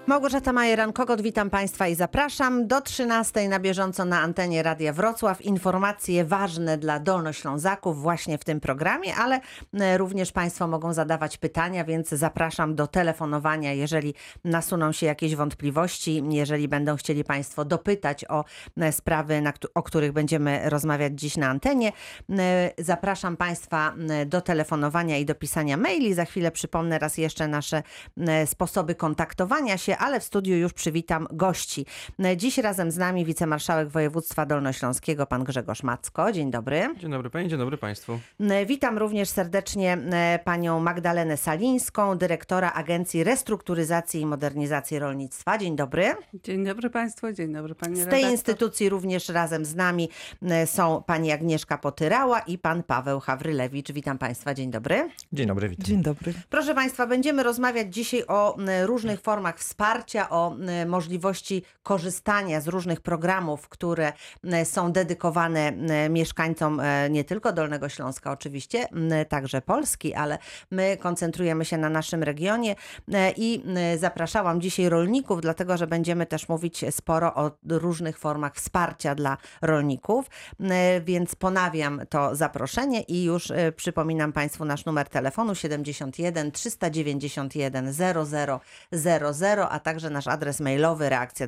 Małgorzata Majeran-Kogot, witam Państwa i zapraszam do 13 na bieżąco na antenie Radia Wrocław. Informacje ważne dla Dolnoślązaków właśnie w tym programie, ale również Państwo mogą zadawać pytania, więc zapraszam do telefonowania, jeżeli nasuną się jakieś wątpliwości, jeżeli będą chcieli Państwo dopytać o sprawy, o których będziemy rozmawiać dziś na antenie. Zapraszam Państwa do telefonowania i do pisania maili. Za chwilę przypomnę raz jeszcze nasze sposoby kontaktowania się, ale w studiu już przywitam gości. Dziś razem z nami wicemarszałek województwa dolnośląskiego, pan Grzegorz Macko. Dzień dobry. Dzień dobry pani, dzień dobry państwu. Witam również serdecznie panią Magdalenę Salińską, dyrektora Agencji Restrukturyzacji i Modernizacji Rolnictwa. Dzień dobry. Dzień dobry państwu, dzień dobry pani redaktor. Z redaktor. tej instytucji również razem z nami są pani Agnieszka Potyrała i pan Paweł Hawrylewicz. Witam państwa, dzień dobry. Dzień dobry, witam. Dzień dobry. Proszę państwa, będziemy rozmawiać dzisiaj o różnych formach wsparcia, o możliwości korzystania z różnych programów, które są dedykowane mieszkańcom nie tylko Dolnego Śląska oczywiście, także Polski, ale my koncentrujemy się na naszym regionie i zapraszałam dzisiaj rolników, dlatego że będziemy też mówić sporo o różnych formach wsparcia dla rolników, więc ponawiam to zaproszenie i już przypominam Państwu nasz numer telefonu 71 391 0000, a także nasz adres mailowy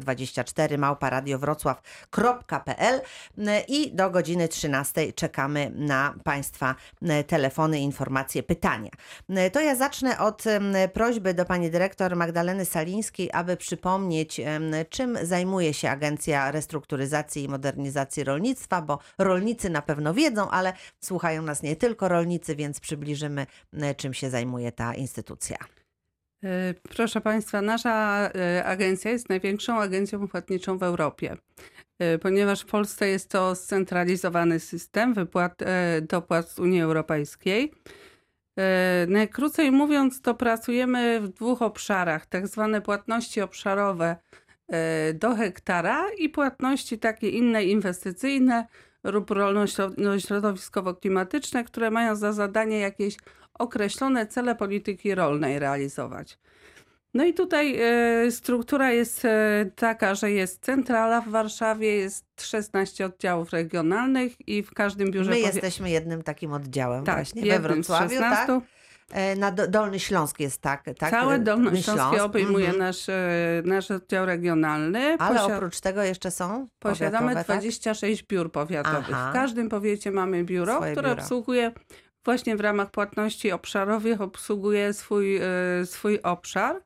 reakcja24@radiowrocław.pl i do godziny 13 czekamy na Państwa telefony, informacje, pytania. To ja zacznę od prośby do pani dyrektor Magdaleny Salińskiej, aby przypomnieć, czym zajmuje się Agencja Restrukturyzacji i Modernizacji Rolnictwa, bo rolnicy na pewno wiedzą, ale słuchają nas nie tylko rolnicy, więc przybliżymy, czym się zajmuje ta instytucja. Proszę państwa, nasza agencja jest największą agencją płatniczą w Europie, ponieważ w Polsce jest to scentralizowany system dopłat z Unii Europejskiej. Najkrócej mówiąc, to pracujemy w dwóch obszarach, tak zwane płatności obszarowe do hektara i płatności takie inne inwestycyjne lub rolno-środowiskowo-klimatyczne, które mają za zadanie jakieś określone cele polityki rolnej realizować. No i tutaj struktura jest taka, że jest centrala w Warszawie, jest 16 oddziałów regionalnych i w każdym biurze... My jesteśmy jednym takim oddziałem tak, właśnie we Wrocławiu, tak? Na Dolny Śląsk jest tak. Całe Dolnośląskie obejmuje nasz oddział regionalny. Ale oprócz tego jeszcze są posiadamy powiatowe, 26 biur powiatowych. Aha. W każdym powiecie mamy biuro, które obsługuje właśnie w ramach płatności obszarowych, obsługuje swój obszar.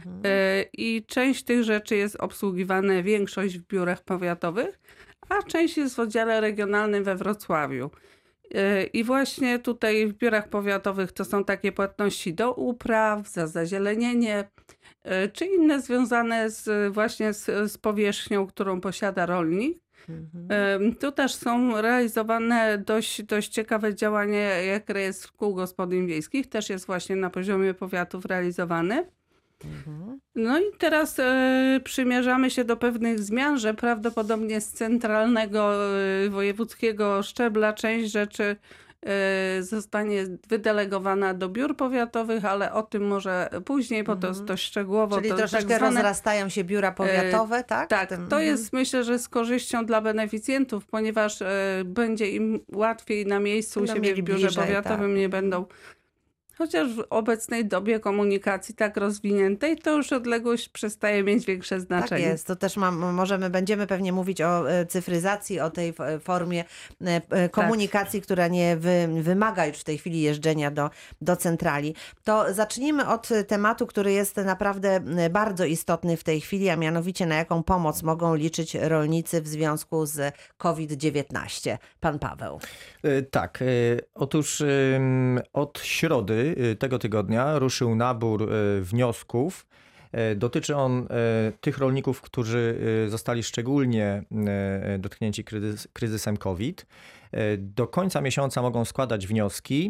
I część tych rzeczy jest obsługiwane, większość w biurach powiatowych, a część jest w oddziale regionalnym we Wrocławiu. I właśnie tutaj w biurach powiatowych to są takie płatności do upraw, za zazielenienie, czy inne związane właśnie z powierzchnią, którą posiada rolnik. Tu też są realizowane dość ciekawe działania, jak rejestr kół gospodyń wiejskich, też jest właśnie na poziomie powiatów realizowany. No i teraz przymierzamy się do pewnych zmian, że prawdopodobnie z centralnego wojewódzkiego szczebla część rzeczy zostanie wydelegowana do biur powiatowych, ale o tym może później, bo to jest dość szczegółowo. Czyli to troszeczkę rozrastają się biura powiatowe, tak? Tak, to jest myślę, że z korzyścią dla beneficjentów, ponieważ będzie im łatwiej na miejscu u siebie w biurze powiatowym, tak. Nie będą... Chociaż w obecnej dobie komunikacji tak rozwiniętej, to już odległość przestaje mieć większe znaczenie. Tak jest, to też będziemy pewnie mówić o cyfryzacji, o tej formie komunikacji, tak, która nie wymaga już w tej chwili jeżdżenia do centrali. To zacznijmy od tematu, który jest naprawdę bardzo istotny w tej chwili, a mianowicie na jaką pomoc mogą liczyć rolnicy w związku z COVID-19. Pan Paweł. Tak, otóż od środy tego tygodnia ruszył nabór wniosków. Dotyczy on tych rolników, którzy zostali szczególnie dotknięci kryzysem COVID. Do końca miesiąca mogą składać wnioski.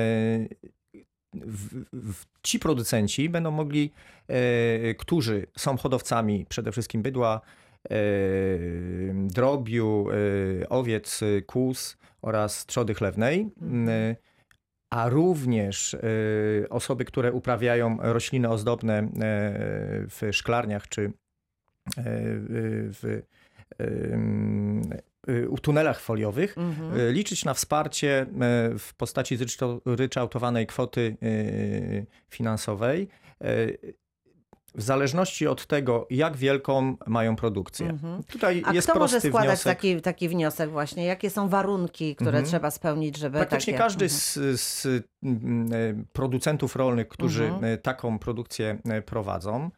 Ci producenci będą mogli, którzy są hodowcami przede wszystkim bydła, drobiu, owiec, kóz oraz trzody chlewnej, a również osoby, które uprawiają rośliny ozdobne w szklarniach czy w tunelach foliowych, liczyć na wsparcie w postaci zryczałtowanej kwoty finansowej w zależności od tego, jak wielką mają produkcję. Tutaj A jest kto prosty może składać wniosek. taki wniosek właśnie? Jakie są warunki, które trzeba spełnić, żeby Praktycznie takie... każdy z producentów rolnych, którzy taką produkcję prowadzą,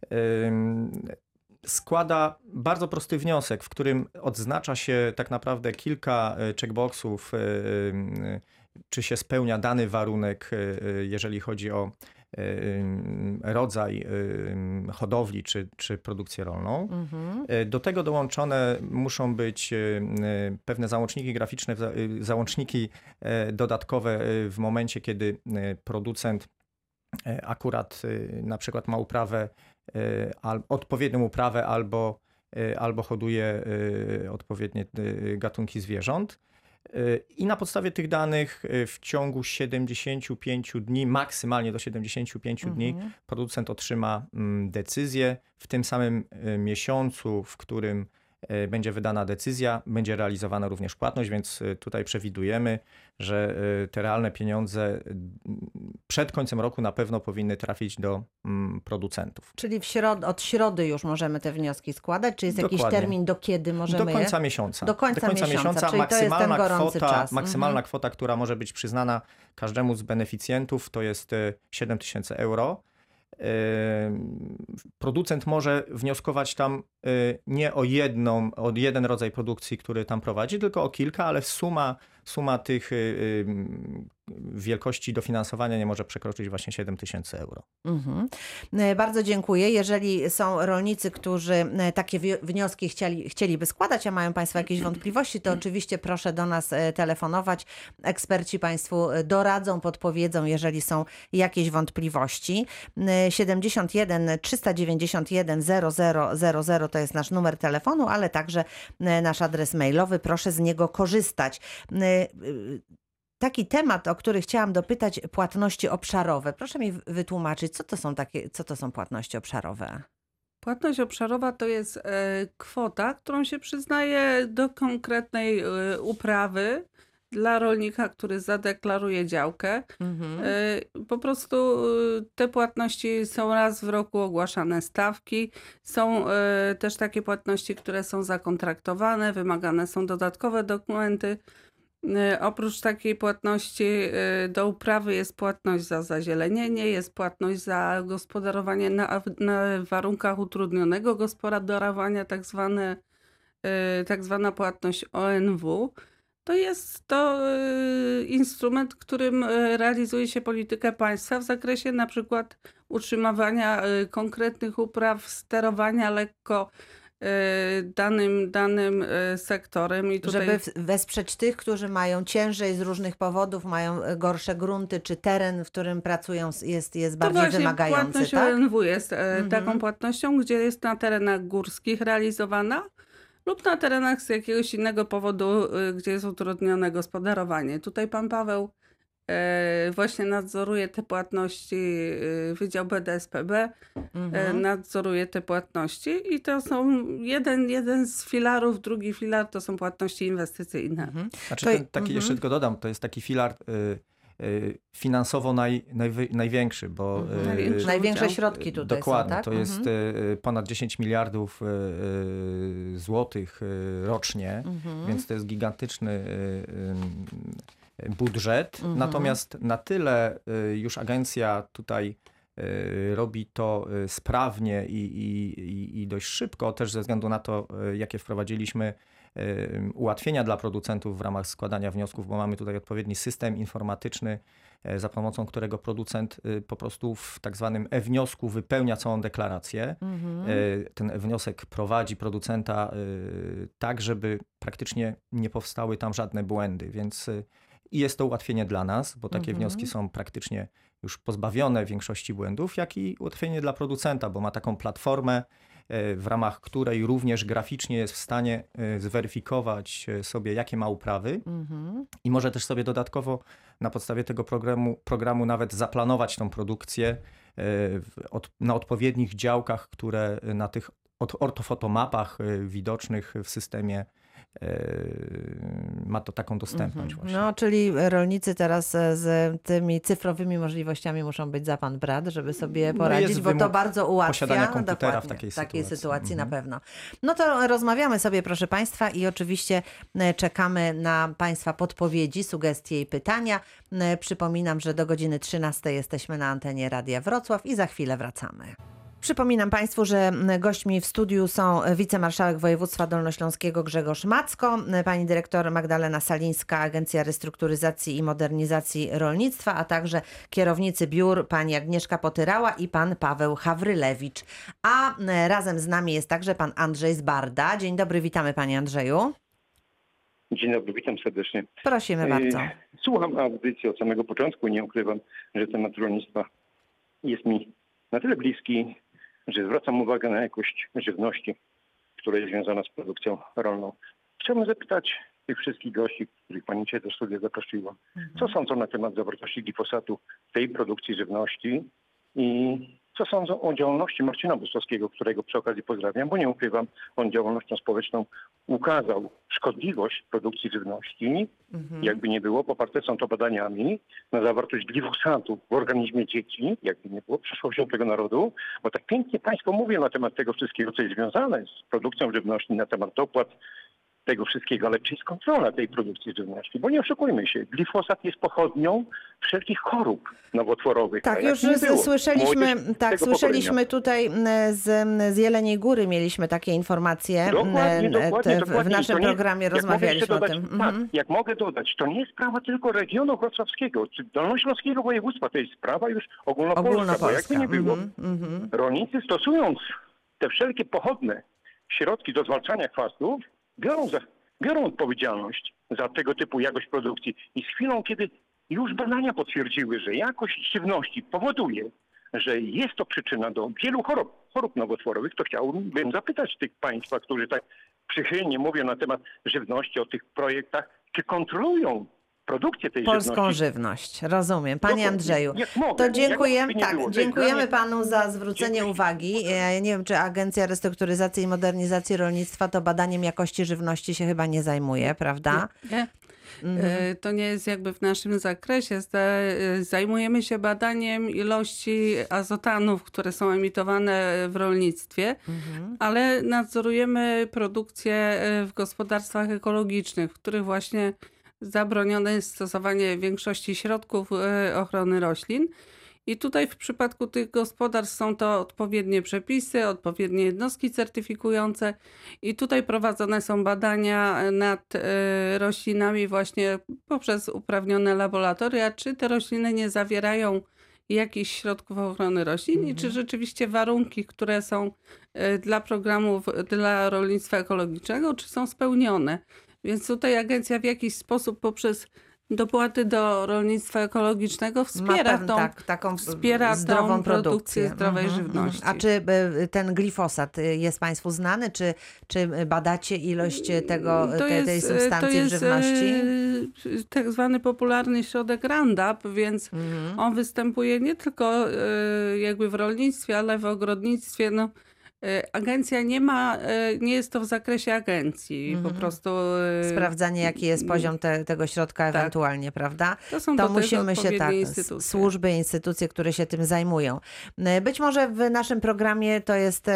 składa bardzo prosty wniosek, w którym odznacza się tak naprawdę kilka checkboxów, czy się spełnia dany warunek, jeżeli chodzi o rodzaj hodowli czy produkcję rolną. Do tego dołączone muszą być pewne załączniki graficzne, załączniki dodatkowe w momencie, kiedy producent akurat na przykład ma uprawę, odpowiednią uprawę albo hoduje odpowiednie gatunki zwierząt. I na podstawie tych danych w ciągu 75 dni, maksymalnie do 75 dni, producent otrzyma decyzję. W tym samym miesiącu, w którym będzie wydana decyzja, będzie realizowana również płatność, więc tutaj przewidujemy, że te realne pieniądze przed końcem roku na pewno powinny trafić do producentów. Czyli od środy już możemy te wnioski składać? Czy jest jakiś termin, do kiedy możemy Do końca miesiąca. Do końca miesiąca, czyli to jest ten gorący czas. Maksymalna kwota, która może być przyznana każdemu z beneficjentów, to jest 7 000 euro. Producent może wnioskować tam nie o jeden rodzaj produkcji, który tam prowadzi, tylko o kilka, ale suma tych wielkości dofinansowania nie może przekroczyć właśnie 7 000 euro. Bardzo dziękuję. Jeżeli są rolnicy, którzy takie wnioski chcieliby składać, a mają Państwo jakieś wątpliwości, to oczywiście proszę do nas telefonować. Eksperci Państwu doradzą, podpowiedzą, jeżeli są jakieś wątpliwości. 71 391 0000 to jest nasz numer telefonu, ale także nasz adres mailowy. Proszę z niego korzystać. Taki temat, o który chciałam dopytać, płatności obszarowe. Proszę mi wytłumaczyć, co to są płatności obszarowe? Płatność obszarowa to jest kwota, którą się przyznaje do konkretnej uprawy dla rolnika, który zadeklaruje działkę. Po prostu te płatności są raz w roku ogłaszane stawki. Są też takie płatności, które są zakontraktowane, wymagane są dodatkowe dokumenty. Oprócz takiej płatności do uprawy jest płatność za zazielenienie, jest płatność za gospodarowanie na warunkach utrudnionego gospodarowania, tak zwana płatność ONW. To jest to instrument, którym realizuje się politykę państwa w zakresie na przykład utrzymywania konkretnych upraw, sterowania lekko danym sektorem. I tutaj... Żeby wesprzeć tych, którzy mają ciężej z różnych powodów, mają gorsze grunty, czy teren, w którym pracują jest bardziej wymagający. Płatność tak? ONW jest taką płatnością, gdzie jest na terenach górskich realizowana lub na terenach z jakiegoś innego powodu, gdzie jest utrudnione gospodarowanie. Tutaj pan Paweł właśnie nadzoruje te płatności, Wydział BDSPB nadzoruje te płatności i to są jeden z filarów, drugi filar to są płatności inwestycyjne. Znaczy jeszcze tylko dodam, to jest taki filar finansowo największy, bo największe środki tutaj dokładnie, są, tak? To jest ponad 10 miliardów złotych rocznie, więc to jest gigantyczny budżet. Natomiast na tyle już agencja tutaj robi to sprawnie i dość szybko, też ze względu na to, jakie wprowadziliśmy ułatwienia dla producentów w ramach składania wniosków, bo mamy tutaj odpowiedni system informatyczny, za pomocą którego producent po prostu w tak zwanym e-wniosku wypełnia całą deklarację. Ten e-wniosek prowadzi producenta tak, żeby praktycznie nie powstały tam żadne błędy, więc i jest to ułatwienie dla nas, bo takie wnioski są praktycznie już pozbawione większości błędów, jak i ułatwienie dla producenta, bo ma taką platformę, w ramach której również graficznie jest w stanie zweryfikować sobie, jakie ma uprawy i może też sobie dodatkowo na podstawie tego programu nawet zaplanować tą produkcję na odpowiednich działkach, które na tych ortofotomapach widocznych w systemie ma to taką dostępność właśnie. No, czyli rolnicy teraz z tymi cyfrowymi możliwościami muszą być za pan brat, żeby sobie poradzić, bo to bardzo ułatwia posiadania komputera w takiej sytuacji na pewno. No to rozmawiamy sobie, proszę państwa, i oczywiście czekamy na państwa podpowiedzi, sugestie i pytania. Przypominam, że do godziny 13 jesteśmy na antenie Radia Wrocław i za chwilę wracamy. Przypominam państwu, że gośćmi w studiu są wicemarszałek województwa dolnośląskiego Grzegorz Macko, pani dyrektor Magdalena Salińska, Agencja Restrukturyzacji i Modernizacji Rolnictwa, a także kierownicy biur pani Agnieszka Potyrała i pan Paweł Hawrylewicz. A razem z nami jest także pan Andrzej Zbarda. Dzień dobry, witamy panie Andrzeju. Dzień dobry, witam serdecznie. Prosimy bardzo. Słucham audycji od samego początku. Nie ukrywam, że temat rolnictwa jest mi na tyle bliski, że zwracam uwagę na jakość żywności, która jest związana z produkcją rolną. Chciałbym zapytać tych wszystkich gości, których pani dzisiaj do studia zaprosiła, co sądzą na temat zawartości glifosatu w tej produkcji żywności i co sądzą o działalności Marcina Bosowskiego, którego przy okazji pozdrawiam, bo nie ukrywam, on działalnością społeczną ukazał szkodliwość produkcji żywności. Jakby nie było, poparte są to badaniami na zawartość glifosatu w organizmie dzieci, jakby nie było, przyszłością tego narodu, bo tak pięknie państwo mówią na temat tego wszystkiego, co jest związane z produkcją żywności, na temat dopłat, tego wszystkiego, ale czy jest kontrola tej produkcji żywności? Bo nie oszukujmy się, glifosat jest pochodnią wszelkich chorób nowotworowych. Tak, już słyszeliśmy tutaj z Jeleniej Góry, mieliśmy takie informacje. Dokładnie. W naszym programie rozmawialiśmy o tym. Tak, jak mogę dodać, to nie jest sprawa tylko regionu wrocławskiego, czy dolnośląskiego województwa, to jest sprawa już ogólnopolska, bo jakby nie było, rolnicy stosując te wszelkie pochodne środki do zwalczania chwastów, biorą odpowiedzialność za tego typu jakość produkcji i z chwilą, kiedy już badania potwierdziły, że jakość żywności powoduje, że jest to przyczyna do wielu chorób nowotworowych, to chciałbym zapytać tych państwa, którzy tak przychylnie mówią na temat żywności, o tych projektach, czy kontrolują produkcję tej polską żywność. Rozumiem. Panie Andrzeju, to dziękujemy panu za zwrócenie uwagi. Ja nie wiem, czy Agencja Restrukturyzacji i Modernizacji Rolnictwa to badaniem jakości żywności się chyba nie zajmuje, prawda? Nie. To nie jest jakby w naszym zakresie. Zajmujemy się badaniem ilości azotanów, które są emitowane w rolnictwie, ale nadzorujemy produkcję w gospodarstwach ekologicznych, w których właśnie zabronione jest stosowanie większości środków ochrony roślin. I tutaj w przypadku tych gospodarstw są to odpowiednie przepisy, odpowiednie jednostki certyfikujące i tutaj prowadzone są badania nad roślinami właśnie poprzez uprawnione laboratoria, czy te rośliny nie zawierają jakichś środków ochrony roślin i czy rzeczywiście warunki, które są dla programów dla rolnictwa ekologicznego, czy są spełnione. Więc tutaj agencja w jakiś sposób poprzez dopłaty do rolnictwa ekologicznego wspiera taką zdrową produkcję zdrowej żywności. A czy ten glifosat jest państwu znany? Czy badacie ilość tej substancji w żywności? To jest tak zwany popularny środek Roundup, więc on występuje nie tylko jakby w rolnictwie, ale w ogrodnictwie. Agencja nie jest to w zakresie agencji, po prostu... Sprawdzanie, jaki jest poziom tego środka ewentualnie, prawda? To musimy się służby, instytucje, które się tym zajmują. Być może w naszym programie to jest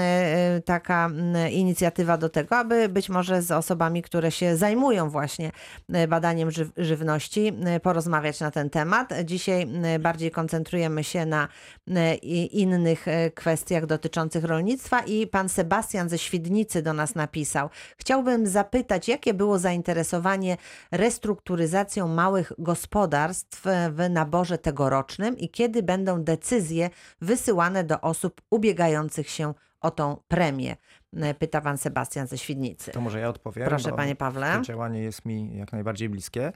taka inicjatywa do tego, aby być może z osobami, które się zajmują właśnie badaniem żywności, porozmawiać na ten temat. Dzisiaj bardziej koncentrujemy się na innych kwestiach dotyczących rolnictwa i pan Sebastian ze Świdnicy do nas napisał. Chciałbym zapytać, jakie było zainteresowanie restrukturyzacją małych gospodarstw w naborze tegorocznym i kiedy będą decyzje wysyłane do osób ubiegających się o tą premię? Pyta pan Sebastian ze Świdnicy. To może ja odpowiem. Proszę, panie Pawle. To działanie jest mi jak najbardziej bliskie.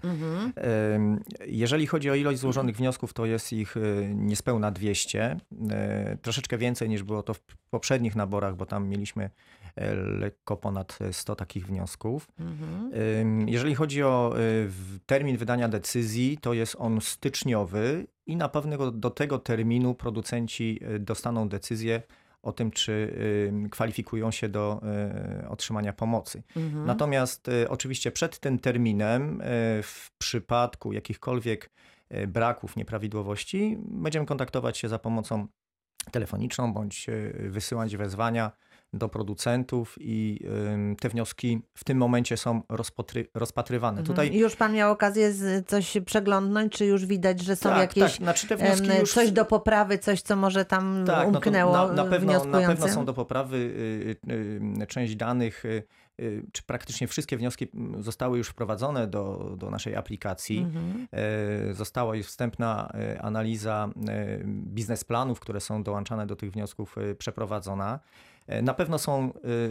Jeżeli chodzi o ilość złożonych wniosków, to jest ich niespełna 200. Troszeczkę więcej niż było to w poprzednich naborach, bo tam mieliśmy lekko ponad 100 takich wniosków. Jeżeli chodzi o termin wydania decyzji, to jest on styczniowy i na pewno do tego terminu producenci dostaną decyzję o tym, czy kwalifikują się do otrzymania pomocy. Natomiast oczywiście przed tym terminem w przypadku jakichkolwiek braków, nieprawidłowości będziemy kontaktować się za pomocą telefoniczną bądź wysyłać wezwania do producentów i te wnioski w tym momencie są rozpatrywane. Tutaj... Już pan miał okazję coś przeglądnąć, czy już widać, że są jakieś znaczy te wnioski już... coś do poprawy, coś co może tam umknęło na wnioskującym? Na pewno są do poprawy. Część danych, czy praktycznie wszystkie wnioski zostały już wprowadzone do naszej aplikacji. Została już wstępna analiza biznesplanów, które są dołączane do tych wniosków, przeprowadzona. Na pewno są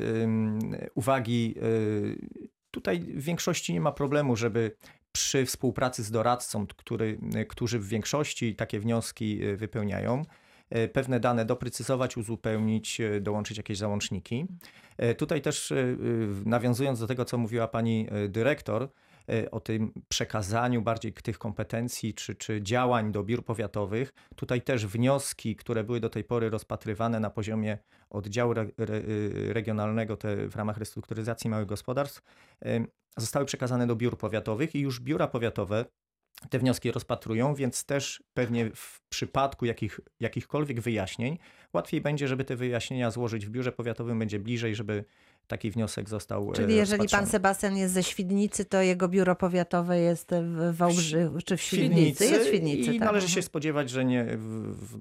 uwagi. Tutaj w większości nie ma problemu, żeby przy współpracy z doradcą, którzy w większości takie wnioski wypełniają, pewne dane doprecyzować, uzupełnić, dołączyć jakieś załączniki. Tutaj też nawiązując do tego, co mówiła pani dyrektor, o tym przekazaniu bardziej tych kompetencji czy działań do biur powiatowych. Tutaj też wnioski, które były do tej pory rozpatrywane na poziomie oddziału regionalnego w ramach restrukturyzacji małych gospodarstw, zostały przekazane do biur powiatowych i już biura powiatowe te wnioski rozpatrują, więc też pewnie w przypadku jakichkolwiek wyjaśnień łatwiej będzie, żeby te wyjaśnienia złożyć w biurze powiatowym, będzie bliżej, żeby taki wniosek został Czyli jeżeli pan Sebastian jest ze Świdnicy, to jego biuro powiatowe jest w Wałbrzychu czy w Świdnicy? Jest w Świdnicy, i tak. Należy się spodziewać, że w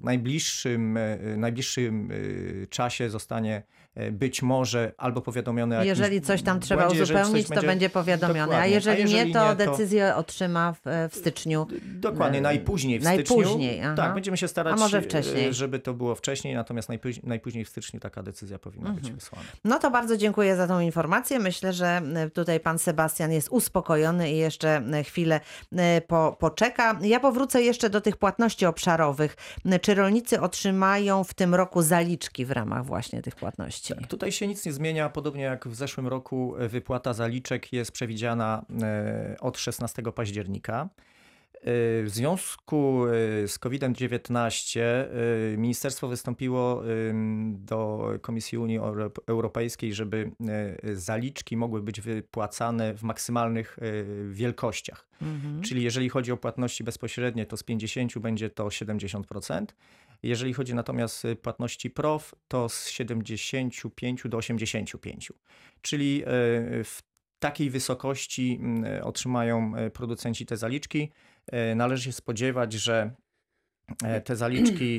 najbliższym czasie zostanie być może albo powiadomione. Jeżeli coś tam trzeba uzupełnić, to będzie powiadomione. A jeżeli nie, to decyzję otrzyma w styczniu. Dokładnie, najpóźniej w styczniu. Najpóźniej, tak, będziemy się starać, a może wcześniej, żeby to było wcześniej, natomiast najpóźniej w styczniu taka decyzja powinna być wysłana. No to bardzo dziękuję za tą informację. Myślę, że tutaj pan Sebastian jest uspokojony i jeszcze chwilę poczeka. Ja powrócę jeszcze do tych płatności obszarowych. Czy rolnicy otrzymają w tym roku zaliczki w ramach właśnie tych płatności? Tak, tutaj się nic nie zmienia. Podobnie jak w zeszłym roku wypłata zaliczek jest przewidziana od 16 października. W związku z COVID-19 ministerstwo wystąpiło do Komisji Unii Europejskiej, żeby zaliczki mogły być wypłacane w maksymalnych wielkościach. Czyli jeżeli chodzi o płatności bezpośrednie, to z 50 będzie to 70%. Jeżeli chodzi natomiast o płatności PROW, to z 75 do 85. Czyli w takiej wysokości otrzymają producenci te zaliczki. Należy się spodziewać, że te zaliczki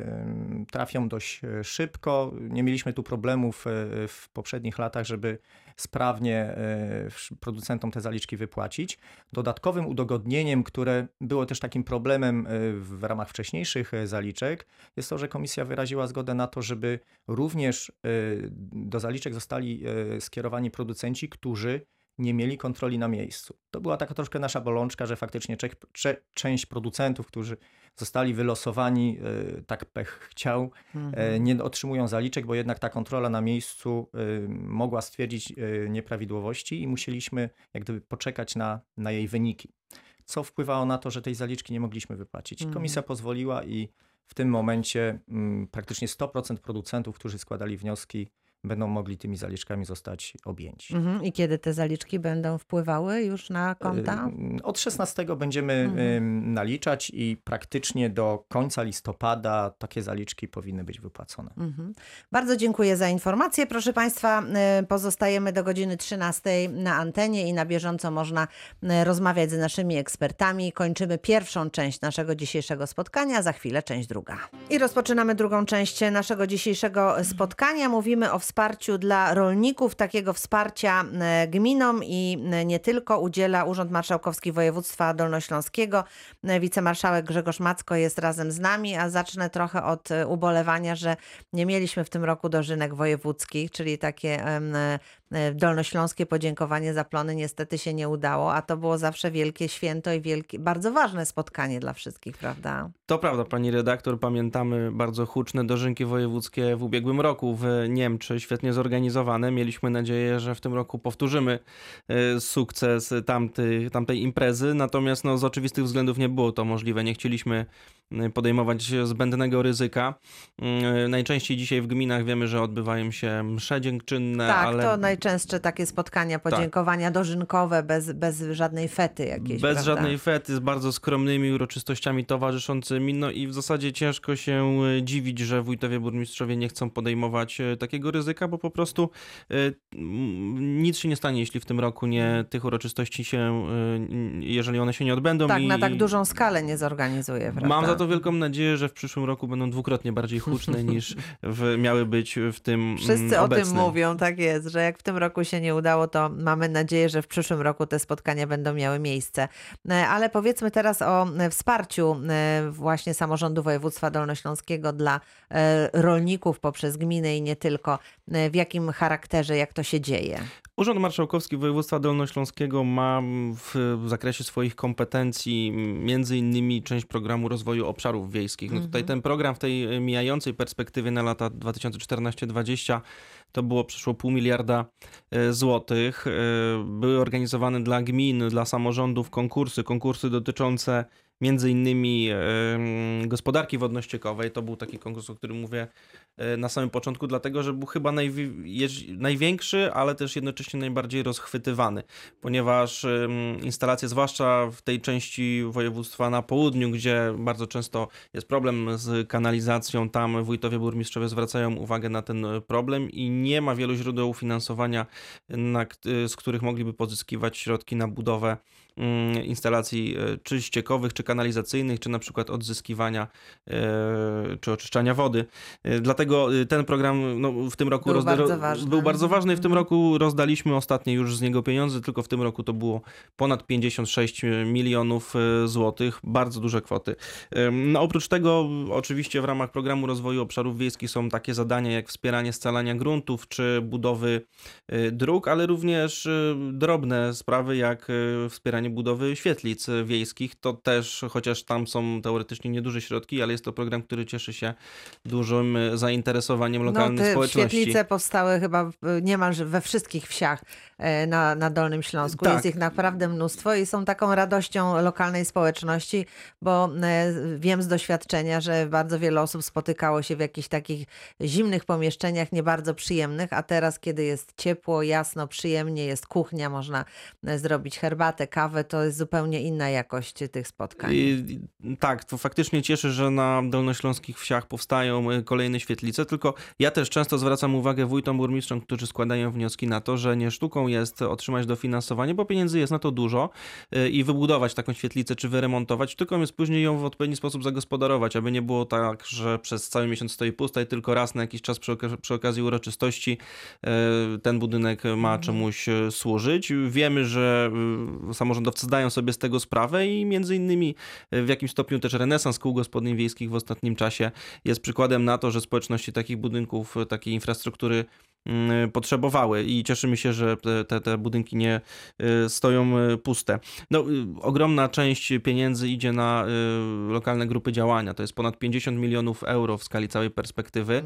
trafią dość szybko. Nie mieliśmy tu problemów w poprzednich latach, żeby sprawnie producentom te zaliczki wypłacić. Dodatkowym udogodnieniem, które było też takim problemem w ramach wcześniejszych zaliczek, jest to, że komisja wyraziła zgodę na to, żeby również do zaliczek zostali skierowani producenci, którzy nie mieli kontroli na miejscu. To była taka troszkę nasza bolączka, że faktycznie część producentów, którzy zostali wylosowani, tak pech chciał, nie otrzymują zaliczek, bo jednak ta kontrola na miejscu mogła stwierdzić nieprawidłowości i musieliśmy jak gdyby poczekać na jej wyniki. Co wpływało na to, że tej zaliczki nie mogliśmy wypłacić. Komisja pozwoliła i w tym momencie praktycznie 100% producentów, którzy składali wnioski, będą mogli tymi zaliczkami zostać objęci. I kiedy te zaliczki będą wpływały już na konta? Od 16 będziemy naliczać i praktycznie do końca listopada takie zaliczki powinny być wypłacone. Bardzo dziękuję za informację. Proszę Państwa, pozostajemy do godziny 13 na antenie i na bieżąco można rozmawiać z naszymi ekspertami. Kończymy pierwszą część naszego dzisiejszego spotkania, za chwilę część druga. I rozpoczynamy drugą część naszego dzisiejszego spotkania. Mówimy o wsparciu wsparciu dla rolników. Takiego wsparcia gminom i nie tylko udziela Urząd Marszałkowski Województwa Dolnośląskiego. Wicemarszałek Grzegorz Macko jest razem z nami, a zacznę trochę od ubolewania, że nie mieliśmy w tym roku dożynek wojewódzkich, czyli takie dolnośląskie podziękowanie za plony niestety się nie udało, a to było zawsze wielkie święto i bardzo ważne spotkanie dla wszystkich, prawda? To prawda, pani redaktor. Pamiętamy bardzo huczne dożynki wojewódzkie w ubiegłym roku w Niemczech, świetnie zorganizowane. Mieliśmy nadzieję, że w tym roku powtórzymy sukces tamtej imprezy, natomiast z oczywistych względów nie było to możliwe. Nie chcieliśmy podejmować zbędnego ryzyka. Najczęściej dzisiaj w gminach wiemy, że odbywają się msze dziękczynne. Tak, ale... to najczęstsze takie spotkania, podziękowania dożynkowe, bez żadnej fety jakiejś, Bez prawda? żadnej fety, z bardzo skromnymi uroczystościami towarzyszącymi. No i w zasadzie ciężko się dziwić, że wójtowie, burmistrzowie nie chcą podejmować takiego ryzyka, bo po prostu nic się nie stanie, jeśli w tym roku tych uroczystości jeżeli one się nie odbędą. Tak, na tak dużą skalę nie zorganizuje, prawda? Mam za to wielką nadzieję, że w przyszłym roku będą dwukrotnie bardziej huczne niż miały być w tym Wszyscy obecnym. o tym mówią, tak jest, że jak w tym roku się nie udało, to mamy nadzieję, że w przyszłym roku te spotkania będą miały miejsce. Ale powiedzmy teraz o wsparciu właśnie samorządu województwa dolnośląskiego dla rolników poprzez gminy i nie tylko. W jakim charakterze, jak to się dzieje? Urząd Marszałkowski Województwa Dolnośląskiego ma w zakresie swoich kompetencji między innymi część programu rozwoju obszarów wiejskich. No tutaj ten program w tej mijającej perspektywie na lata 2014-2020 to było przeszło 0,5 miliarda złotych. Były organizowane dla gmin, dla samorządów konkursy dotyczące między innymi gospodarki wodno-ściekowej. To był taki konkurs, o którym mówię na samym początku, dlatego że był chyba największy, ale też jednocześnie najbardziej rozchwytywany, ponieważ instalacje, zwłaszcza w tej części województwa na południu, gdzie bardzo często jest problem z kanalizacją, tam wójtowie, burmistrzowie zwracają uwagę na ten problem i nie ma wielu źródeł finansowania, z których mogliby pozyskiwać środki na budowę instalacji czy ściekowych, czy kanalizacyjnych, czy na przykład odzyskiwania czy oczyszczania wody. Dlatego ten program w tym roku był bardzo ważny i w tym roku rozdaliśmy ostatnie już z niego pieniądze, tylko w tym roku to było ponad 56 milionów złotych, bardzo duże kwoty. Oprócz tego oczywiście w ramach programu rozwoju obszarów wiejskich są takie zadania jak wspieranie scalania gruntów, czy budowy dróg, ale również drobne sprawy jak wspieranie budowy świetlic wiejskich. To też, chociaż tam są teoretycznie nieduże środki, ale jest to program, który cieszy się dużym zainteresowaniem lokalnej społeczności. Świetlice powstały chyba niemalże we wszystkich wsiach na Dolnym Śląsku. Tak. Jest ich naprawdę mnóstwo i są taką radością lokalnej społeczności, bo wiem z doświadczenia, że bardzo wiele osób spotykało się w jakichś takich zimnych pomieszczeniach, nie bardzo przyjemnych, a teraz, kiedy jest ciepło, jasno, przyjemnie, jest kuchnia, można zrobić herbatę, kawę, to jest zupełnie inna jakość tych spotkań. Tak, to faktycznie cieszy, że na dolnośląskich wsiach powstają kolejne świetlice, tylko ja też często zwracam uwagę wójtom, burmistrzom, którzy składają wnioski na to, że nie sztuką jest otrzymać dofinansowanie, bo pieniędzy jest na to dużo i wybudować taką świetlicę czy wyremontować, tylko jest później ją w odpowiedni sposób zagospodarować, aby nie było tak, że przez cały miesiąc stoi pusta i tylko raz na jakiś czas przy okazji uroczystości ten budynek ma czemuś służyć. Wiemy, że samorządowcy zdają sobie z tego sprawę i między innymi w jakimś stopniu też renesans kół gospodyń wiejskich w ostatnim czasie jest przykładem na to, że społeczności takich budynków, takiej infrastruktury potrzebowały i cieszymy się, że te budynki nie stoją puste. Ogromna część pieniędzy idzie na lokalne grupy działania. To jest ponad 50 milionów euro w skali całej perspektywy.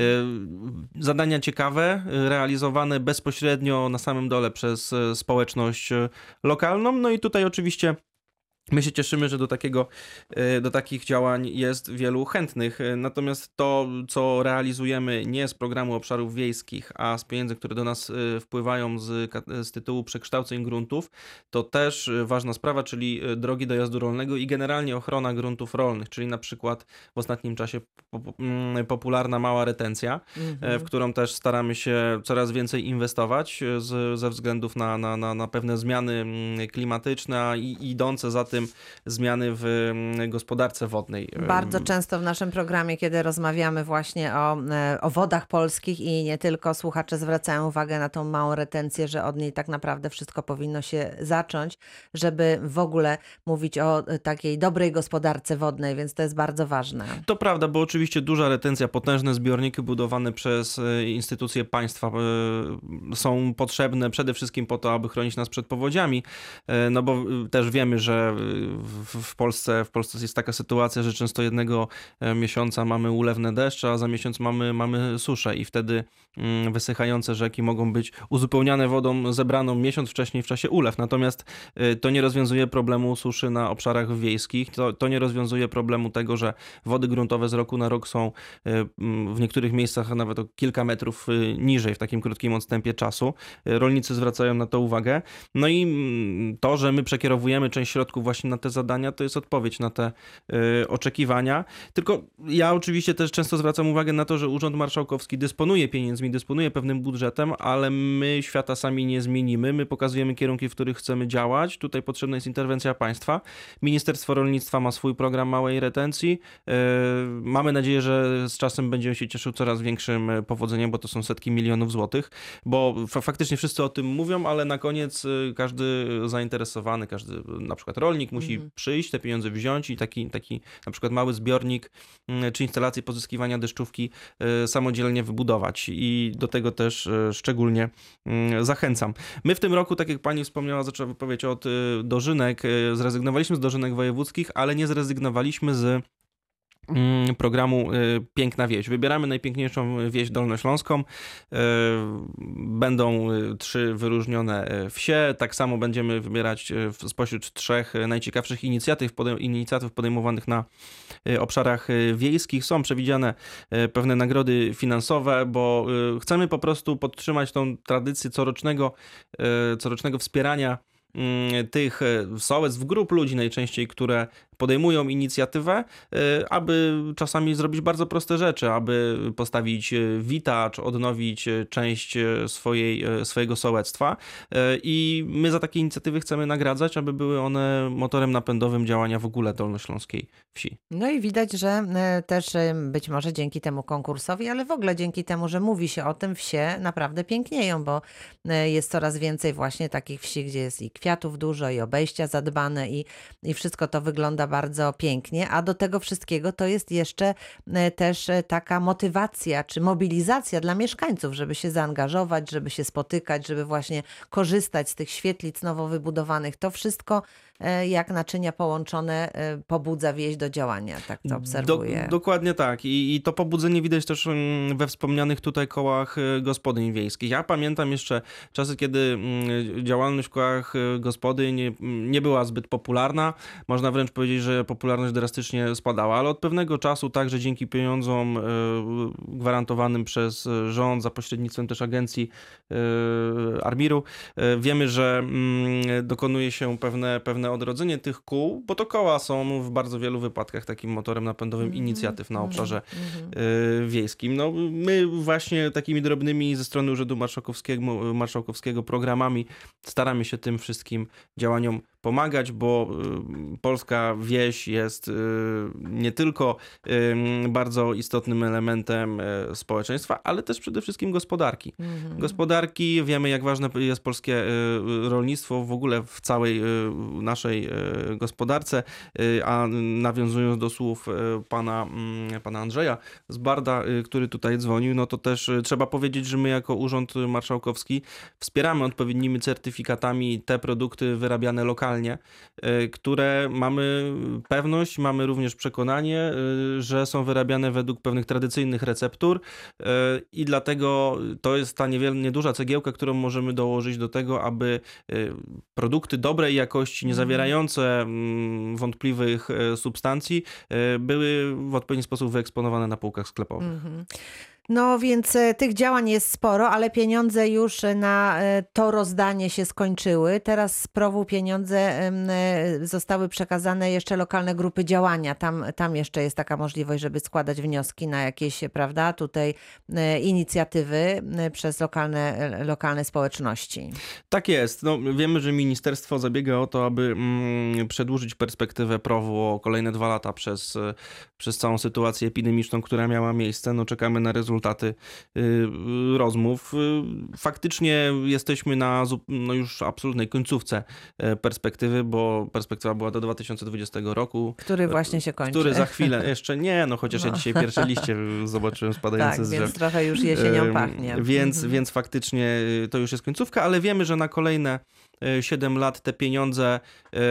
Zadania ciekawe, realizowane bezpośrednio na samym dole przez społeczność lokalną. No i tutaj oczywiście my się cieszymy, że do takich działań jest wielu chętnych. Natomiast to, co realizujemy nie z programu obszarów wiejskich, a z pieniędzy, które do nas wpływają z tytułu przekształceń gruntów, to też ważna sprawa, czyli drogi dojazdu rolnego i generalnie ochrona gruntów rolnych, czyli na przykład w ostatnim czasie popularna mała retencja, w którą też staramy się coraz więcej inwestować ze względów na pewne zmiany klimatyczne i idące za tym tym zmiany w gospodarce wodnej. Bardzo często w naszym programie, kiedy rozmawiamy właśnie o wodach polskich i nie tylko, słuchacze zwracają uwagę na tą małą retencję, że od niej tak naprawdę wszystko powinno się zacząć, żeby w ogóle mówić o takiej dobrej gospodarce wodnej, więc to jest bardzo ważne. To prawda, bo oczywiście duża retencja, potężne zbiorniki budowane przez instytucje państwa są potrzebne przede wszystkim po to, aby chronić nas przed powodziami, no bo też wiemy, że w Polsce jest taka sytuacja, że często jednego miesiąca mamy ulewne deszcze, a za miesiąc mamy suszę i wtedy wysychające rzeki mogą być uzupełniane wodą zebraną miesiąc wcześniej w czasie ulew. Natomiast to nie rozwiązuje problemu suszy na obszarach wiejskich, to nie rozwiązuje problemu tego, że wody gruntowe z roku na rok są w niektórych miejscach nawet o kilka metrów niżej w takim krótkim odstępie czasu. Rolnicy zwracają na to uwagę. No i to, że my przekierowujemy część środków właśnie na te zadania, to jest odpowiedź na te oczekiwania. Tylko ja oczywiście też często zwracam uwagę na to, że Urząd Marszałkowski dysponuje pieniędzmi, dysponuje pewnym budżetem, ale my świata sami nie zmienimy. My pokazujemy kierunki, w których chcemy działać. Tutaj potrzebna jest interwencja państwa. Ministerstwo Rolnictwa ma swój program małej retencji. Mamy nadzieję, że z czasem będzie się cieszył coraz większym powodzeniem, bo to są setki milionów złotych, bo faktycznie wszyscy o tym mówią, ale na koniec każdy zainteresowany, każdy na przykład rolnik musi przyjść, te pieniądze wziąć i taki na przykład mały zbiornik czy instalację pozyskiwania deszczówki samodzielnie wybudować i do tego też szczególnie zachęcam. My w tym roku, tak jak pani wspomniała, zaczęła wypowiedź od dożynek, zrezygnowaliśmy z dożynek wojewódzkich, ale nie zrezygnowaliśmy z programu Piękna Wieś. Wybieramy najpiękniejszą wieś dolnośląską. Będą 3 wyróżnione wsie. Tak samo będziemy wybierać spośród 3 najciekawszych inicjatyw podejmowanych na obszarach wiejskich. Są przewidziane pewne nagrody finansowe, bo chcemy po prostu podtrzymać tą tradycję corocznego wspierania tych sołectw, grup ludzi najczęściej, które podejmują inicjatywę, aby czasami zrobić bardzo proste rzeczy, aby postawić witacz, odnowić część swojego sołectwa i my za takie inicjatywy chcemy nagradzać, aby były one motorem napędowym działania w ogóle dolnośląskiej wsi. No i widać, że też być może dzięki temu konkursowi, ale w ogóle dzięki temu, że mówi się o tym, wsie naprawdę pięknieją, bo jest coraz więcej właśnie takich wsi, gdzie jest i kwiatów dużo, i obejścia zadbane i wszystko to wygląda bardzo pięknie, a do tego wszystkiego to jest jeszcze też taka motywacja czy mobilizacja dla mieszkańców, żeby się zaangażować, żeby się spotykać, żeby właśnie korzystać z tych świetlic nowo wybudowanych. To wszystko jak naczynia połączone pobudza wieś do działania, tak to obserwuję. Dokładnie tak i to pobudzenie widać też we wspomnianych tutaj kołach gospodyń wiejskich. Ja pamiętam jeszcze czasy, kiedy działalność w kołach gospodyń nie była zbyt popularna. Można wręcz powiedzieć, że popularność drastycznie spadała, ale od pewnego czasu także dzięki pieniądzom gwarantowanym przez rząd za pośrednictwem też agencji ARMiR-u wiemy, że dokonuje się pewne odrodzenie tych kół, bo to koła są w bardzo wielu wypadkach takim motorem napędowym inicjatyw na obszarze wiejskim. No, my właśnie takimi drobnymi ze strony Urzędu Marszałkowskiego programami staramy się tym wszystkim działaniom pomagać, bo polska wieś jest nie tylko bardzo istotnym elementem społeczeństwa, ale też przede wszystkim gospodarki. Gospodarki, wiemy jak ważne jest polskie rolnictwo w ogóle w całej naszej gospodarce, a nawiązując do słów pana Andrzeja z Barda, który tutaj dzwonił, no to też trzeba powiedzieć, że my jako Urząd Marszałkowski wspieramy odpowiednimi certyfikatami te produkty wyrabiane lokalnie, które mamy pewność, mamy również przekonanie, że są wyrabiane według pewnych tradycyjnych receptur i dlatego to jest ta nieduża cegiełka, którą możemy dołożyć do tego, aby produkty dobrej jakości, nie zawierające wątpliwych substancji, były w odpowiedni sposób wyeksponowane na półkach sklepowych. No więc tych działań jest sporo, ale pieniądze już na to rozdanie się skończyły. Teraz z PROW-u pieniądze zostały przekazane jeszcze lokalne grupy działania. Tam jeszcze jest taka możliwość, żeby składać wnioski na jakieś, prawda, tutaj inicjatywy przez lokalne społeczności. Tak jest. No, wiemy, że ministerstwo zabiega o to, aby przedłużyć perspektywę PROW-u o kolejne 2 lata przez całą sytuację epidemiczną, która miała miejsce. No, czekamy na rezultaty rozmów. Faktycznie jesteśmy na już absolutnej końcówce perspektywy, bo perspektywa była do 2020 roku. Który właśnie się kończy. Który za chwilę, jeszcze nie, chociaż ja dzisiaj pierwsze liście zobaczyłem spadające z drzew. Więc trochę już jesienią pachnie. Więc faktycznie to już jest końcówka, ale wiemy, że na kolejne 7 lat te pieniądze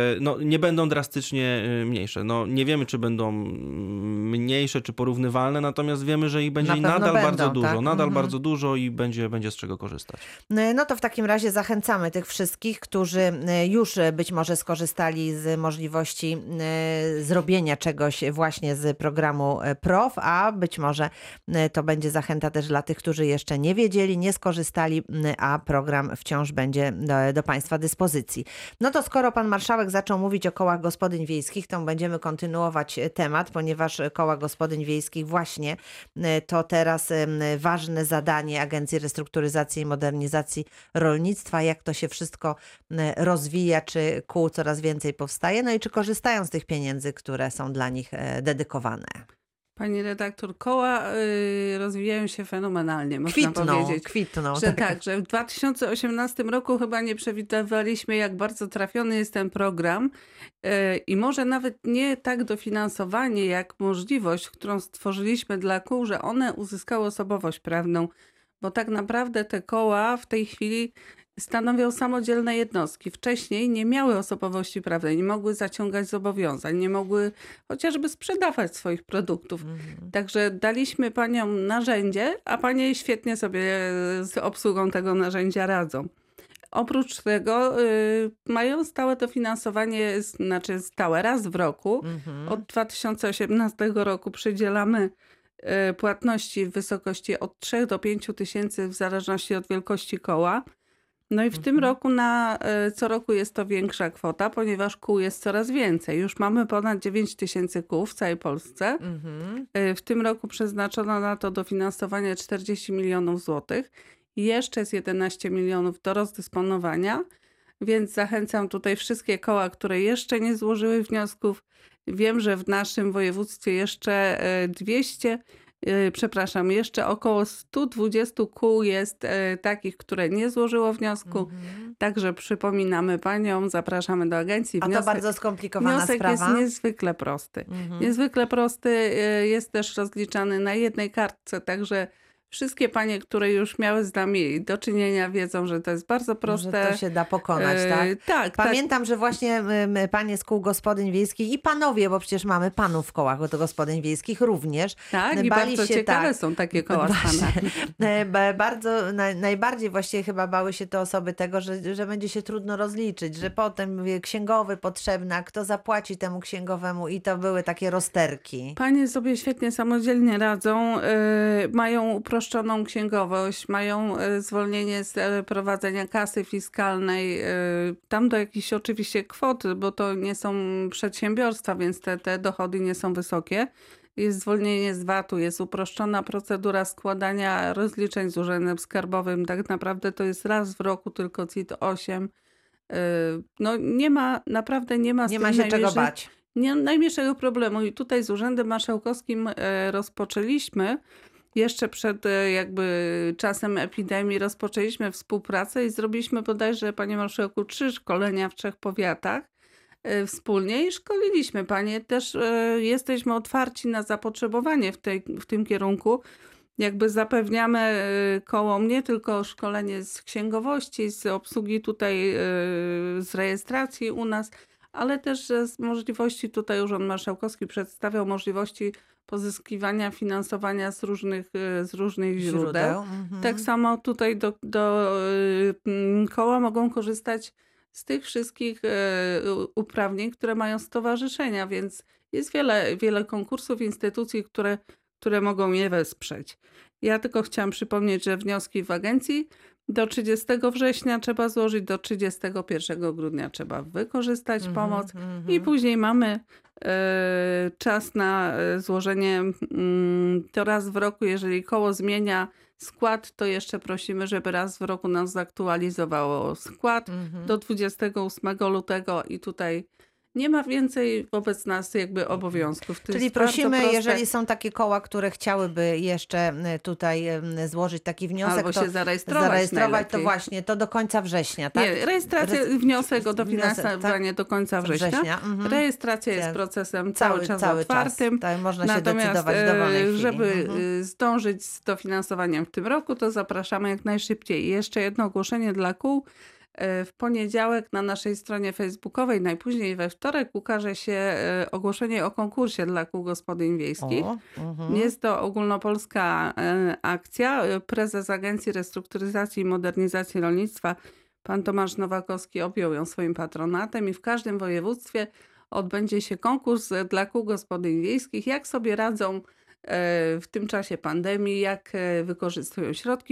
nie będą drastycznie mniejsze. Nie wiemy, czy będą mniejsze, czy porównywalne, natomiast wiemy, że ich będzie nadal bardzo dużo. Tak? Nadal bardzo dużo i będzie z czego korzystać. No to w takim razie zachęcamy tych wszystkich, którzy już być może skorzystali z możliwości zrobienia czegoś właśnie z programu PROW, a być może to będzie zachęta też dla tych, którzy jeszcze nie wiedzieli, nie skorzystali, a program wciąż będzie do Państwa dyspozycji. No to skoro pan marszałek zaczął mówić o kołach gospodyń wiejskich, to będziemy kontynuować temat, ponieważ koła gospodyń wiejskich właśnie to teraz ważne zadanie Agencji Restrukturyzacji i Modernizacji Rolnictwa, jak to się wszystko rozwija, czy kół coraz więcej powstaje, no i czy korzystają z tych pieniędzy, które są dla nich dedykowane. Pani redaktor, koła rozwijają się fenomenalnie, można powiedzieć. Kwitną. Że tak, że w 2018 roku chyba nie przewidywaliśmy, jak bardzo trafiony jest ten program i może nawet nie tak dofinansowanie, jak możliwość, którą stworzyliśmy dla kół, że one uzyskały osobowość prawną, bo tak naprawdę te koła w tej chwili stanowią samodzielne jednostki. Wcześniej nie miały osobowości prawnej, nie mogły zaciągać zobowiązań, nie mogły chociażby sprzedawać swoich produktów. Także daliśmy paniom narzędzie, a panie świetnie sobie z obsługą tego narzędzia radzą. Oprócz tego mają stałe dofinansowanie, znaczy stałe raz w roku. Od 2018 roku przydzielamy płatności w wysokości od 3 do 5 tysięcy w zależności od wielkości koła. No i w tym roku co roku jest to większa kwota, ponieważ kół jest coraz więcej. Już mamy ponad 9 tysięcy kół w całej Polsce. W tym roku przeznaczono na to dofinansowanie 40 milionów złotych. Jeszcze jest 11 milionów do rozdysponowania, więc zachęcam tutaj wszystkie koła, które jeszcze nie złożyły wniosków. Wiem, że w naszym województwie jeszcze jeszcze około 120 kół jest takich, które nie złożyło wniosku. Także przypominamy paniom, zapraszamy do agencji. A to bardzo skomplikowana sprawa. Wniosek jest niezwykle prosty. Niezwykle prosty, jest też rozliczany na jednej kartce, także wszystkie panie, które już miały z nami do czynienia, wiedzą, że to jest bardzo proste. Że to się da pokonać, tak? Tak. Pamiętam, że właśnie panie z kół gospodyń wiejskich i panowie, bo przecież mamy panów w kołach gospodyń wiejskich również. Tak, i bardzo ciekawe są takie koła z panami. Najbardziej właściwie chyba bały się te osoby tego, że będzie się trudno rozliczyć, że potem księgowy potrzebny, a kto zapłaci temu księgowemu, i to były takie rozterki. Panie sobie świetnie samodzielnie radzą, mają uproszczoną księgowość, mają zwolnienie z prowadzenia kasy fiskalnej, tam do jakichś oczywiście kwot, bo to nie są przedsiębiorstwa, więc te dochody nie są wysokie. Jest zwolnienie z VAT-u, jest uproszczona procedura składania rozliczeń z Urzędem Skarbowym. Tak naprawdę to jest raz w roku tylko CIT-8. No nie ma się czego bać. Najmniejszego problemu. I tutaj z Urzędem Marszałkowskim rozpoczęliśmy jeszcze przed czasem epidemii rozpoczęliśmy współpracę i zrobiliśmy bodajże, panie marszałku, 3 szkolenia w 3 powiatach wspólnie i szkoliliśmy panie. Też jesteśmy otwarci na zapotrzebowanie w tym kierunku. Zapewniamy kołom nie tylko szkolenie z księgowości, z obsługi tutaj, z rejestracji u nas, ale też z możliwości, tutaj Urząd Marszałkowski przedstawiał możliwości pozyskiwania finansowania z różnych źródeł. Tak samo tutaj do koła mogą korzystać z tych wszystkich uprawnień, które mają stowarzyszenia, więc jest wiele konkursów, instytucji, które mogą je wesprzeć. Ja tylko chciałam przypomnieć, że wnioski w agencji do 30 września trzeba złożyć, do 31 grudnia trzeba wykorzystać pomoc i później mamy czas na złożenie to raz w roku. Jeżeli koło zmienia skład, to jeszcze prosimy, żeby raz w roku nas zaktualizowało skład do 28 lutego i tutaj nie ma więcej wobec nas jakby obowiązków. To Czyli prosimy, jeżeli są takie koła, które chciałyby jeszcze tutaj złożyć taki wniosek, albo to się zarejestrować to właśnie, to do końca września, tak? Nie, wniosek o dofinansowanie do końca września. Rejestracja jest procesem cały czas otwartym. Tak, można się decydować w dowolnej chwili. Żeby zdążyć z dofinansowaniem w tym roku, to zapraszamy jak najszybciej. I jeszcze jedno ogłoszenie dla kół. W poniedziałek na naszej stronie facebookowej, najpóźniej we wtorek, ukaże się ogłoszenie o konkursie dla kół gospodyń wiejskich. Jest to ogólnopolska akcja. Prezes Agencji Restrukturyzacji i Modernizacji Rolnictwa, pan Tomasz Nowakowski, objął ją swoim patronatem i w każdym województwie odbędzie się konkurs dla kół gospodyń wiejskich. Jak sobie radzą w tym czasie pandemii, jak wykorzystują środki,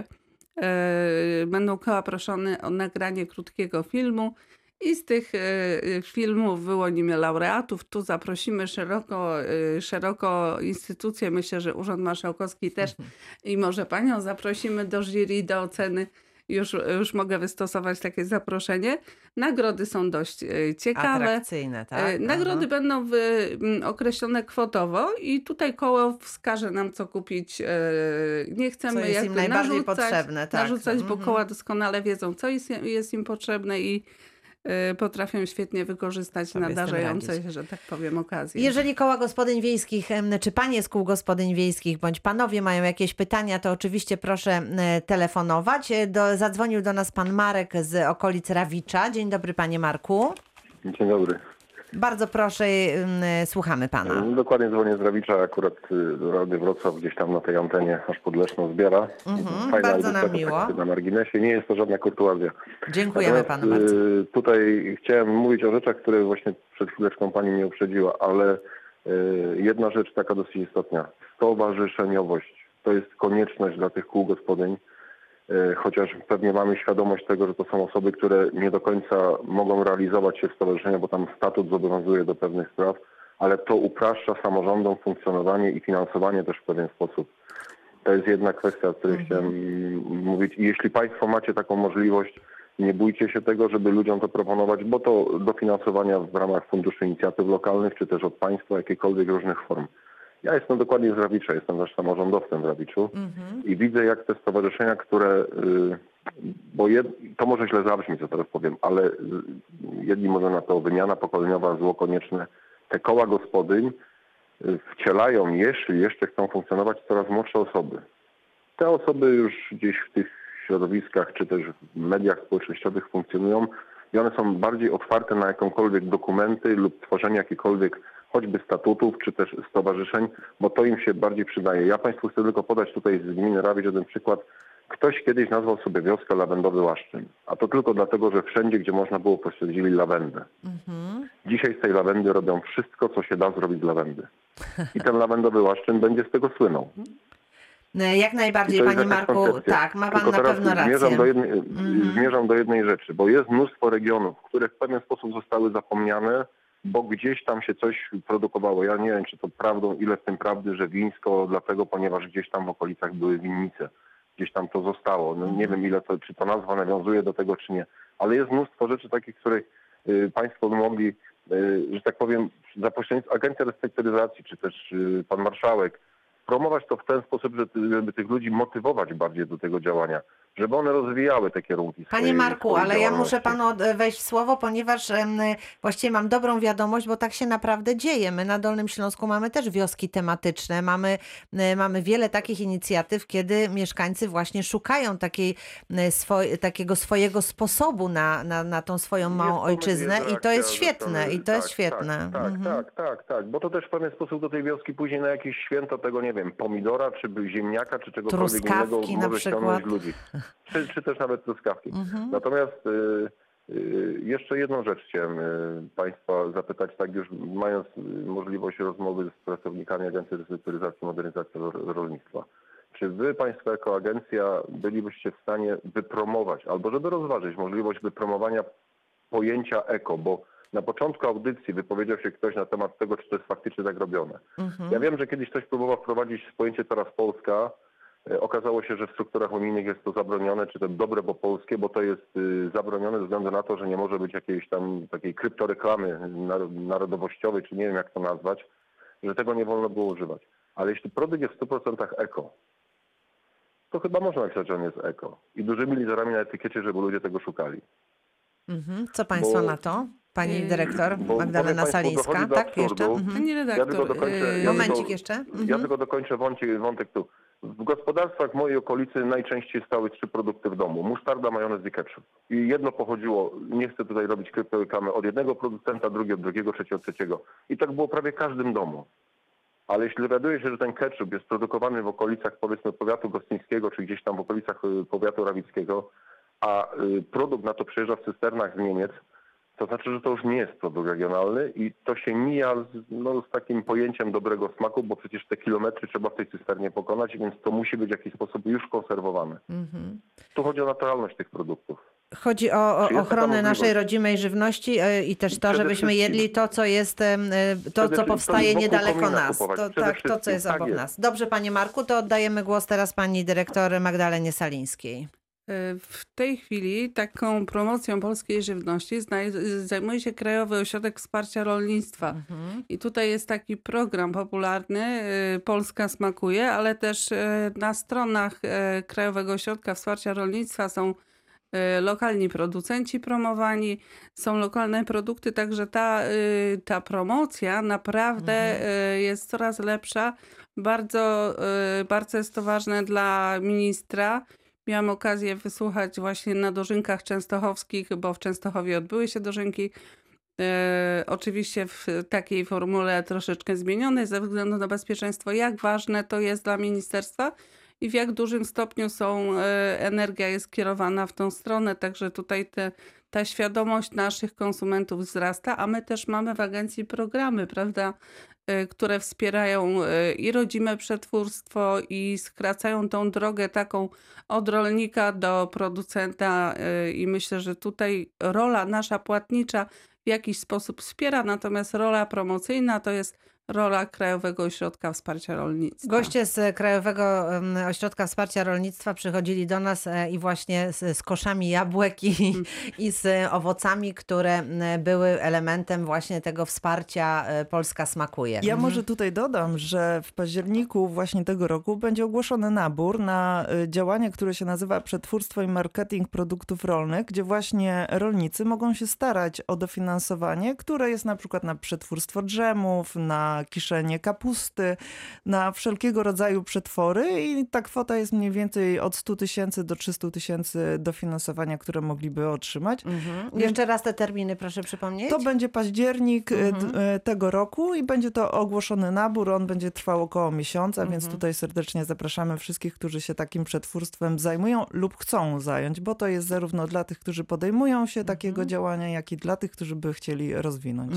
będą koła proszone o nagranie krótkiego filmu i z tych filmów wyłonimy laureatów. Tu zaprosimy szeroko instytucje. Myślę, że Urząd Marszałkowski też i może panią zaprosimy do jury, do oceny. Już mogę wystosować takie zaproszenie. Nagrody są dość ciekawe. Atrakcyjne, tak? Nagrody będą określone kwotowo i tutaj koło wskaże nam, co kupić. Nie chcemy co jest im najbardziej potrzebne, tak. narzucać, bo koła doskonale wiedzą, co jest im potrzebne i potrafią świetnie wykorzystać nadarzające się, że tak powiem, okazje. Jeżeli koła gospodyń wiejskich, czy panie z kół gospodyń wiejskich, bądź panowie mają jakieś pytania, to oczywiście proszę telefonować. Zadzwonił do nas pan Marek z okolic Rawicza. Dzień dobry, panie Marku. Dzień dobry. Bardzo proszę, słuchamy pana. Dokładnie dzwonię z Rawicza, akurat Radio Wrocław gdzieś tam na tej antenie aż pod Leszną zbiera. Fajna bardzo nam miło. Na marginesie, nie jest to żadna kurtuazja. Dziękujemy panu bardzo. Tutaj chciałem mówić o rzeczach, które właśnie przed chwileczką pani mnie uprzedziła, ale jedna rzecz taka dosyć istotna. Stowarzyszeniowość to jest konieczność dla tych kół gospodyń. Chociaż pewnie mamy świadomość tego, że to są osoby, które nie do końca mogą realizować się w stowarzyszeniu, bo tam statut zobowiązuje do pewnych spraw, ale to upraszcza samorządom funkcjonowanie i finansowanie też w pewien sposób. To jest jedna kwestia, o której chciałem mówić. I jeśli państwo macie taką możliwość, nie bójcie się tego, żeby ludziom to proponować, bo to dofinansowania w ramach Funduszu Inicjatyw Lokalnych, czy też od państwa, jakichkolwiek różnych form. Ja jestem dokładnie z Rawicza, jestem też samorządowcem w Rawiczu i widzę, jak te stowarzyszenia, które, to może źle zabrzmi, co teraz powiem, ale jedni mówią na to wymiana pokoleniowa, zło konieczne, te koła gospodyń wcielają, jeśli jeszcze chcą funkcjonować, coraz młodsze osoby. Te osoby już gdzieś w tych środowiskach, czy też w mediach społecznościowych funkcjonują i one są bardziej otwarte na jakąkolwiek dokumenty lub tworzenie jakichkolwiek choćby statutów, czy też stowarzyszeń, bo to im się bardziej przydaje. Ja państwu chcę tylko podać tutaj z gminy Rawicz jeden przykład. Ktoś kiedyś nazwał sobie wioskę Lawendowy Łaszczyn, a to tylko dlatego, że wszędzie, gdzie można było, posadzili lawendę. Dzisiaj z tej lawendy robią wszystko, co się da zrobić z lawendy. I ten Lawendowy Łaszczyn będzie z tego słynął. Jak najbardziej, panie Marku, tak, ma pan na pewno rację. Zmierzam do jednej rzeczy, bo jest mnóstwo regionów, które w pewien sposób zostały zapomniane, bo gdzieś tam się coś produkowało. Ja nie wiem, czy to prawdą, ile w tym prawdy, że wińsko, dlatego, ponieważ gdzieś tam w okolicach były winnice. Gdzieś tam to zostało. No, nie wiem, czy to nazwa nawiązuje do tego, czy nie. Ale jest mnóstwo rzeczy takich, których państwo by mogli, że tak powiem, za pośrednictwem Agencji Restrukturyzacji, czy też pan marszałek, promować to w ten sposób, żeby tych ludzi motywować bardziej do tego działania, żeby one rozwijały te kierunki. Panie Marku, ale ja muszę panu wejść w słowo, ponieważ właściwie mam dobrą wiadomość, bo tak się naprawdę dzieje. My na Dolnym Śląsku mamy też wioski tematyczne, mamy wiele takich inicjatyw, kiedy mieszkańcy właśnie szukają takiego swojego sposobu na tą swoją małą ojczyznę i to jest świetne. Tak, bo to też w pewien sposób do tej wioski później na jakieś święto tego, nie wiem, pomidora, czy ziemniaka, czy czegokolwiek innego może ściągnąć ludzi. Czy też nawet truskawki. Natomiast jeszcze jedną rzecz chciałem państwa zapytać, tak już mając możliwość rozmowy z pracownikami Agencji Restrukturyzacji i Modernizacji Rolnictwa. czy wy, państwo jako agencja, bylibyście w stanie wypromować, albo żeby rozważyć możliwość wypromowania pojęcia eko, bo na początku audycji wypowiedział się ktoś na temat tego, czy to jest faktycznie tak robione. Ja wiem, że kiedyś ktoś próbował wprowadzić pojęcie teraz Polska. Okazało się, że w strukturach unijnych jest to zabronione, czy to dobre po polskie, bo to jest zabronione ze względu na to, że nie może być jakiejś tam takiej kryptoreklamy narodowościowej, czy nie wiem jak to nazwać, że tego nie wolno było używać. Ale jeśli produkt jest w 100% eko, to chyba można napisać, że on jest eko. I dużymi literami na etykiecie, żeby ludzie tego szukali. Co państwo na to? Pani dyrektor Magdalena Salińska. Tak, jeszcze? Pani redaktor, momencik jeszcze. Ja tylko dokończę wątek tu. W gospodarstwach w mojej okolicy najczęściej stały 3 produkty w domu. Musztarda, majonez i ketchup. I jedno pochodziło, nie chcę tutaj robić kryptoreklamy, od jednego producenta, drugie od drugiego, trzecie od trzeciego. I tak było prawie w każdym domu. Ale jeśli dowiaduje się, że ten ketchup jest produkowany w okolicach, powiedzmy, powiatu gostyńskiego, czy gdzieś tam w okolicach powiatu rawickiego, a produkt na to przyjeżdża w cysternach z Niemiec, to znaczy, że to już nie jest produkt regionalny i to się mija z takim pojęciem dobrego smaku, bo przecież te kilometry trzeba w tej cysternie pokonać, więc to musi być w jakiś sposób już konserwowane. Tu chodzi o naturalność tych produktów. Chodzi o ochronę naszej rodzimej żywności i też to, żebyśmy jedli to, co jest, co powstaje niedaleko nas. To, co jest obok nas. Dobrze, panie Marku, to oddajemy głos teraz pani dyrektor Magdalenie Salińskiej. W tej chwili taką promocją polskiej żywności zajmuje się Krajowy Ośrodek Wsparcia Rolnictwa. I tutaj jest taki program popularny, Polska smakuje, ale też na stronach Krajowego Ośrodka Wsparcia Rolnictwa są lokalni producenci promowani, są lokalne produkty, także ta promocja naprawdę jest coraz lepsza. Bardzo, bardzo jest to ważne dla ministra. Miałam okazję wysłuchać właśnie na dożynkach częstochowskich, bo w Częstochowie odbyły się dożynki. Oczywiście w takiej formule troszeczkę zmienionej ze względu na bezpieczeństwo. Jak ważne to jest dla ministerstwa i w jak dużym stopniu energia jest kierowana w tą stronę. Także tutaj ta świadomość naszych konsumentów wzrasta, a my też mamy w agencji programy, prawda, które wspierają i rodzime przetwórstwo i skracają tą drogę taką od rolnika do producenta i myślę, że tutaj rola nasza płatnicza w jakiś sposób wspiera, natomiast rola promocyjna to jest rola Krajowego Ośrodka Wsparcia Rolnictwa. Goście z Krajowego Ośrodka Wsparcia Rolnictwa przychodzili do nas i właśnie z koszami jabłek i z owocami, które były elementem właśnie tego wsparcia Polska smakuje. Ja może tutaj dodam, że w październiku właśnie tego roku będzie ogłoszony nabór na działanie, które się nazywa Przetwórstwo i Marketing Produktów Rolnych, gdzie właśnie rolnicy mogą się starać o dofinansowanie, które jest na przykład na przetwórstwo drzemów, na kiszenie kapusty, na wszelkiego rodzaju przetwory i ta kwota jest mniej więcej od 100 000 do 300 000 dofinansowania, które mogliby otrzymać. Jeszcze raz te terminy proszę przypomnieć. To będzie październik tego roku i będzie to ogłoszony nabór. On będzie trwał około miesiąca, więc tutaj serdecznie zapraszamy wszystkich, którzy się takim przetwórstwem zajmują lub chcą zająć, bo to jest zarówno dla tych, którzy podejmują się takiego działania, jak i dla tych, którzy by chcieli rozwinąć.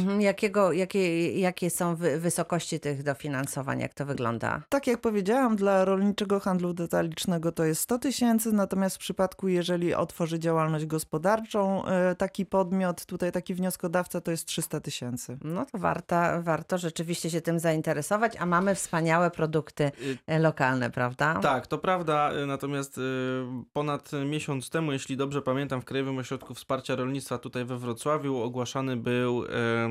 Jakie są wysokości tych dofinansowań? Jak to wygląda? Tak jak powiedziałam, dla rolniczego handlu detalicznego to jest 100 000, natomiast w przypadku, jeżeli otworzy działalność gospodarczą taki podmiot, tutaj taki wnioskodawca, to jest 300 000. No to warto rzeczywiście się tym zainteresować, a mamy wspaniałe produkty lokalne, prawda? Tak, to prawda, natomiast ponad miesiąc temu, jeśli dobrze pamiętam, w Krajowym Ośrodku Wsparcia Rolnictwa tutaj we Wrocławiu ogłaszany był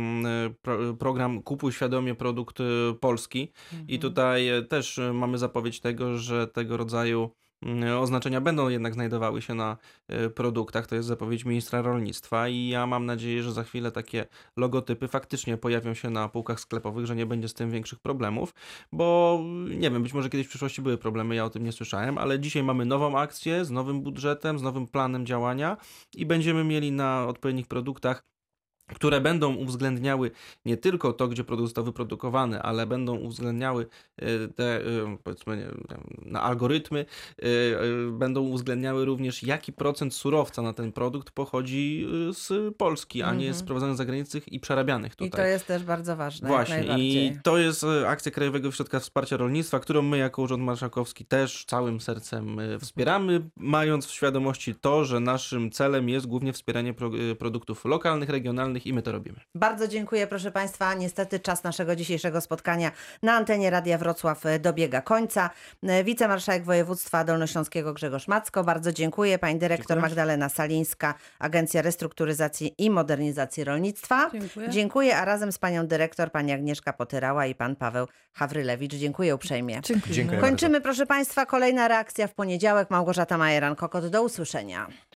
program Kupuj świadomie produkt polski i tutaj też mamy zapowiedź tego, że tego rodzaju oznaczenia będą jednak znajdowały się na produktach. To jest zapowiedź ministra rolnictwa i ja mam nadzieję, że za chwilę takie logotypy faktycznie pojawią się na półkach sklepowych, że nie będzie z tym większych problemów, bo nie wiem, być może kiedyś w przyszłości były problemy, ja o tym nie słyszałem, ale dzisiaj mamy nową akcję z nowym budżetem, z nowym planem działania i będziemy mieli na odpowiednich produktach które będą uwzględniały nie tylko to, gdzie produkt został wyprodukowany, ale będą uwzględniały te, powiedzmy, algorytmy, będą uwzględniały również, jaki procent surowca na ten produkt pochodzi z Polski, a nie sprowadzanych z zagranicy i przerabianych tutaj. I to jest też bardzo ważne. Właśnie, i to jest akcja Krajowego Ośrodka Wsparcia Rolnictwa, którą my jako Urząd Marszałkowski też całym sercem wspieramy, mając w świadomości to, że naszym celem jest głównie wspieranie produktów lokalnych, regionalnych i my to robimy. Bardzo dziękuję, proszę Państwa. Niestety czas naszego dzisiejszego spotkania na antenie Radia Wrocław dobiega końca. Wicemarszałek województwa dolnośląskiego Grzegorz Macko, bardzo dziękuję. Pani dyrektor Magdalena Salińska, Agencja Restrukturyzacji i Modernizacji Rolnictwa. Dziękuję, a razem z panią dyrektor pani Agnieszka Potyrała i pan Paweł Hawrylewicz. Dziękuję uprzejmie. Dziękuję. Kończymy, proszę Państwa. Kolejna reakcja w poniedziałek. Małgorzata Majeran-Kokot. Do usłyszenia.